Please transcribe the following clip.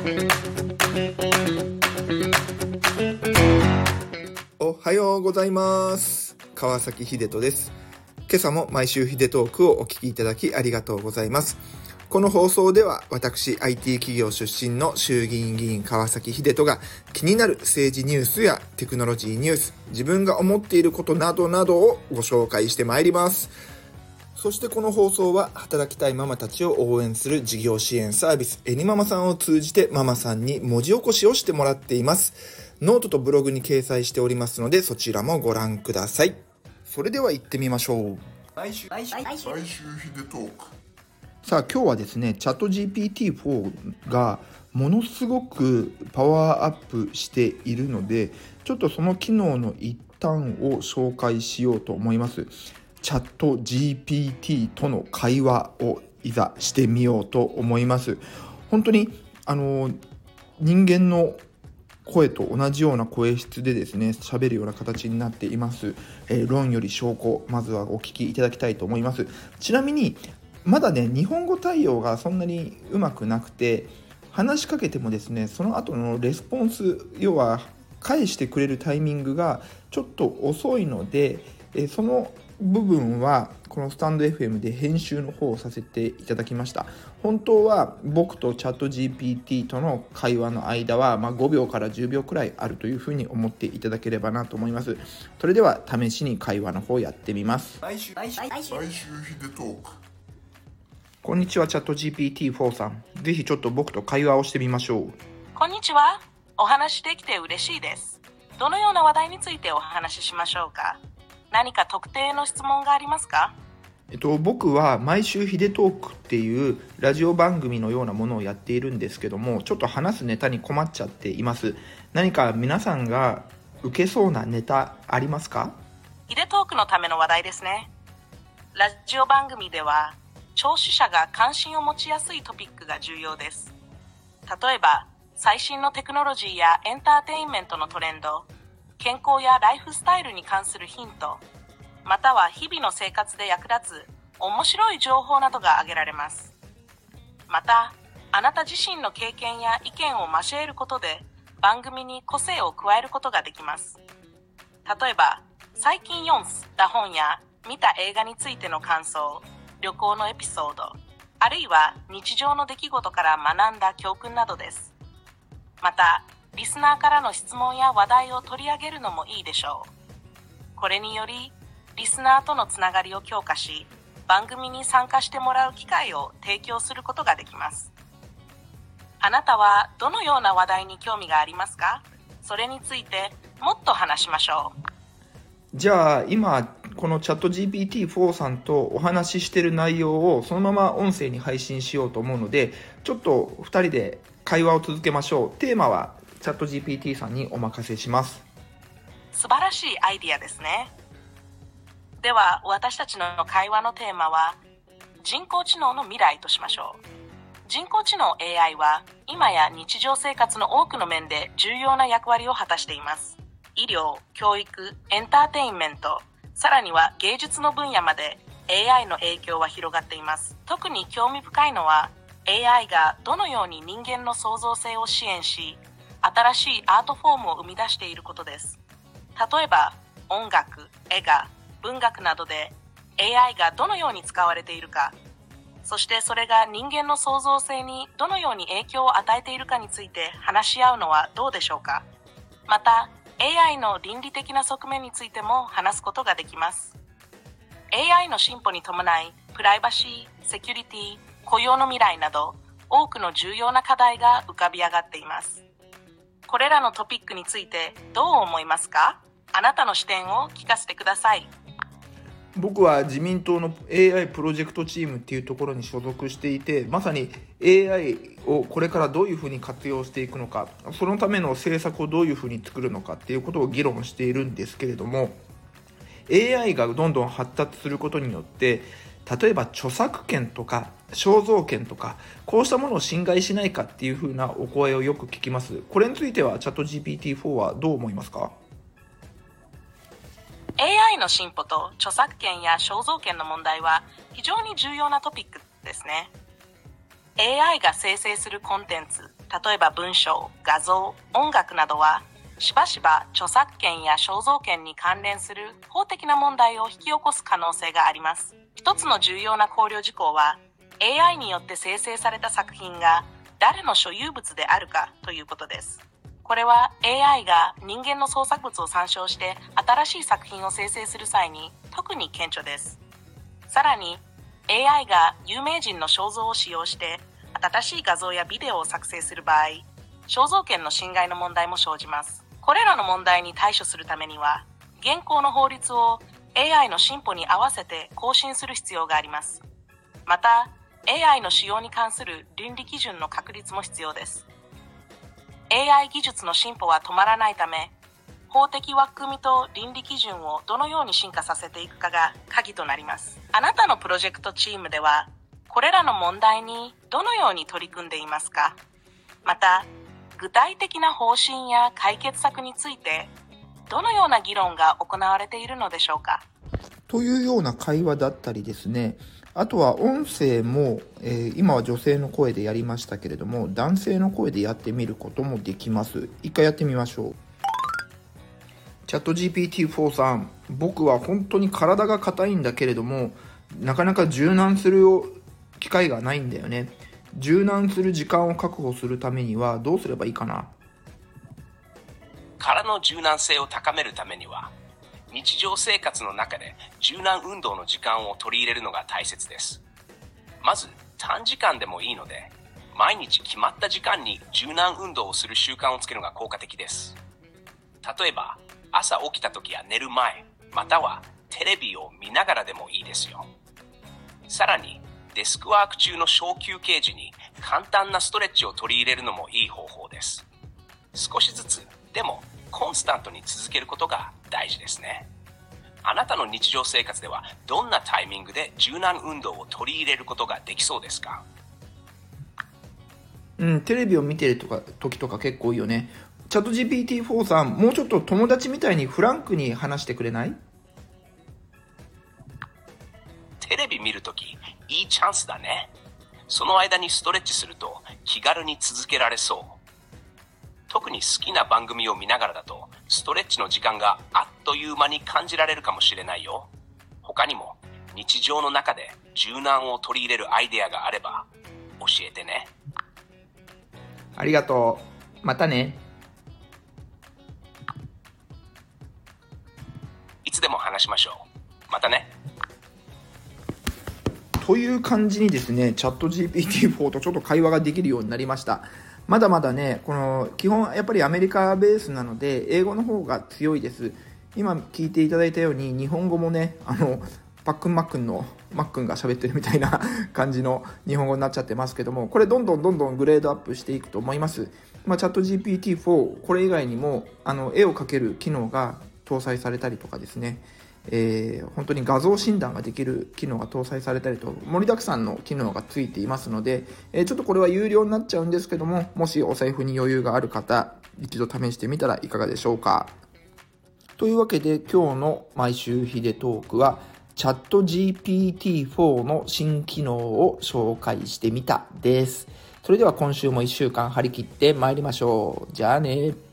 おはようございます。川崎秀人です。今朝も毎週秀トークをお聞きいただきありがとうございます。この放送では私 IT 企業出身の衆議院議員川崎秀人が気になる政治ニュースやテクノロジーニュース、自分が思っていることなどなどをご紹介してまいります。そしてこの放送は働きたいママたちを応援する事業支援サービスエニママさんを通じてママさんに文字起こしをしてもらっています。ノートとブログに掲載しておりますのでそちらもご覧ください。それでは行ってみましょう。毎週秀トーク。さあ今日はですね、チャット GPT-4 がものすごくパワーアップしているので、ちょっとその機能の一端を紹介しようと思います。チャット GPT との会話をいざしてみようと思います。本当に人間の声と同じような声質でですね喋るような形になっています。論より証拠、まずはお聞きいただきたいと思います。ちなみにまだね日本語対応がそんなにうまくなくて、話しかけてもですねその後のレスポンス、要は返してくれるタイミングがちょっと遅いので、その部分はこのスタンド FM で編集の方をさせていただきました。本当は僕とチャット GPT との会話の間は5秒から10秒くらいあるというふうに思っていただければなと思います。それでは試しに会話の方やってみます。毎週秀トーク。こんにちは、チャット GPT-4 さん。ぜひちょっと僕と会話をしてみましょう。 こんにちは。お話できて嬉しいです。どのような話題についてお話ししましょうか。何か特定の質問がありますか？ 僕は毎週秀トークっていうラジオ番組のようなものをやっているんですけども、ちょっと話すネタに困っちゃっています。何か皆さんが受けそうなネタありますか？ 秀トークのための話題ですね。ラジオ番組では聴取者が関心を持ちやすいトピックが重要です。例えば最新のテクノロジーやエンターテインメントのトレンド、健康やライフスタイルに関するヒント、または日々の生活で役立つ面白い情報などが挙げられます。また、あなた自身の経験や意見を交えることで番組に個性を加えることができます。例えば、最近読んだ本や見た映画についての感想、旅行のエピソード、あるいは日常の出来事から学んだ教訓などです。また、リスナーからの質問や話題を取り上げるのもいいでしょう。これにより、リスナーとのつながりを強化し、番組に参加してもらう機会を提供することができます。あなたはどのような話題に興味がありますか？それについてもっと話しましょう。 じゃあ今このチャット GPT-4 さんとお話ししている内容をそのまま音声に配信しようと思うので、ちょっと2人で会話を続けましょう。テーマはチャット GPT さんにお任せします。 素晴らしいアイディアですね。では私たちの会話のテーマは人工知能の未来としましょう。人工知能 AI は今や日常生活の多くの面で重要な役割を果たしています。医療、教育、エンターテインメント、さらには芸術の分野まで AI の影響は広がっています。特に興味深いのは AI がどのように人間の創造性を支援し、新しいアートフォームを生み出していることです。例えば音楽、映画、文学などで AI がどのように使われているか、そしてそれが人間の創造性にどのように影響を与えているかについて話し合うのはどうでしょうか。また AI の倫理的な側面についても話すことができます。 AI の進歩に伴いプライバシー、セキュリティ、雇用の未来など多くの重要な課題が浮かび上がっています。これらのトピックについてどう思いますか？あなたの視点を聞かせてください。 僕は自民党の AI プロジェクトチームっていうところに所属していて、まさに AI をこれからどういうふうに活用していくのか、そのための政策をどういうふうに作るのかっていうことを議論しているんですけれども、 AI がどんどん発達することによって例えば著作権とか肖像権とかこうしたものを侵害しないかっていうふうなお声をよく聞きます。これについてはチャット GPT-4 はどう思いますか？ AI の進歩と著作権や肖像権の問題は非常に重要なトピックですね。AI が生成するコンテンツ、 例えば文章、画像、音楽などは、しばしば著作権や肖像権に関連する法的な問題を引き起こす可能性があります。一つの重要な考慮事項は、AI によって生成された作品が誰の所有物であるかということです。これは AI が人間の創作物を参照して新しい作品を生成する際に特に顕著です。さらに、AI が有名人の肖像を使用して新しい画像やビデオを作成する場合、肖像権の侵害の問題も生じます。これらの問題に対処するためには、現行の法律を AI の進歩に合わせて更新する必要があります。また、AI の使用に関する倫理基準の確立も必要です。AI 技術の進歩は止まらないため、法的枠組みと倫理基準をどのように進化させていくかが鍵となります。あなたのプロジェクトチームでは、これらの問題にどのように取り組んでいますか？また、具体的な方針や解決策についてどのような議論が行われているのでしょうか？ というような会話だったりですね、あとは音声も、今は女性の声でやりましたけれども、男性の声でやってみることもできます。一回やってみましょう。チャット GPT-4 さん、僕は本当に体が硬いんだけれども、なかなか柔軟する機会がないんだよね。柔軟する時間を確保するためにはどうすればいいかな？ 体の柔軟性を高めるためには、日常生活の中で柔軟運動の時間を取り入れるのが大切です。まず、短時間でもいいので、毎日決まった時間に柔軟運動をする習慣をつけるのが効果的です。例えば、朝起きた時や寝る前、またはテレビを見ながらでもいいですよ。さらに、デスクワーク中の小休憩時に簡単なストレッチを取り入れるのもいい方法です。少しずつ、でもコンスタントに続けることが大事ですね。あなたの日常生活ではどんなタイミングで柔軟運動を取り入れることができそうですか？ テレビを見てる時とか結構いいよね。チャット GPT-4 さん、もうちょっと友達みたいにフランクに話してくれない？ テレビ見るとき、いいチャンスだね。その間にストレッチすると気軽に続けられそう。特に好きな番組を見ながらだと、ストレッチの時間があっという間に感じられるかもしれないよ。他にも、日常の中で柔軟を取り入れるアイデアがあれば、教えてね。 ありがとう。またね。 いつでも話しましょう。またね。 という感じにですね、チャット GPT-4 とちょっと会話ができるようになりました。まだまだね、この基本やっぱりアメリカベースなので英語の方が強いです。今聞いていただいたように日本語もね、パックンマックンのマックンが喋ってるみたいな感じの日本語になっちゃってますけども、これどんどんグレードアップしていくと思います。チャット GPT-4 これ以外にも絵を描ける機能が搭載されたりとかですね、本当に画像診断ができる機能が搭載されたりと盛りだくさんの機能がついていますので、ちょっとこれは有料になっちゃうんですけども、もしお財布に余裕がある方、一度試してみたらいかがでしょうか。というわけで今日の毎週ヒデトークはチャット GPT-4 の新機能を紹介してみたです。それでは今週も1週間張り切って参りましょう。じゃあね。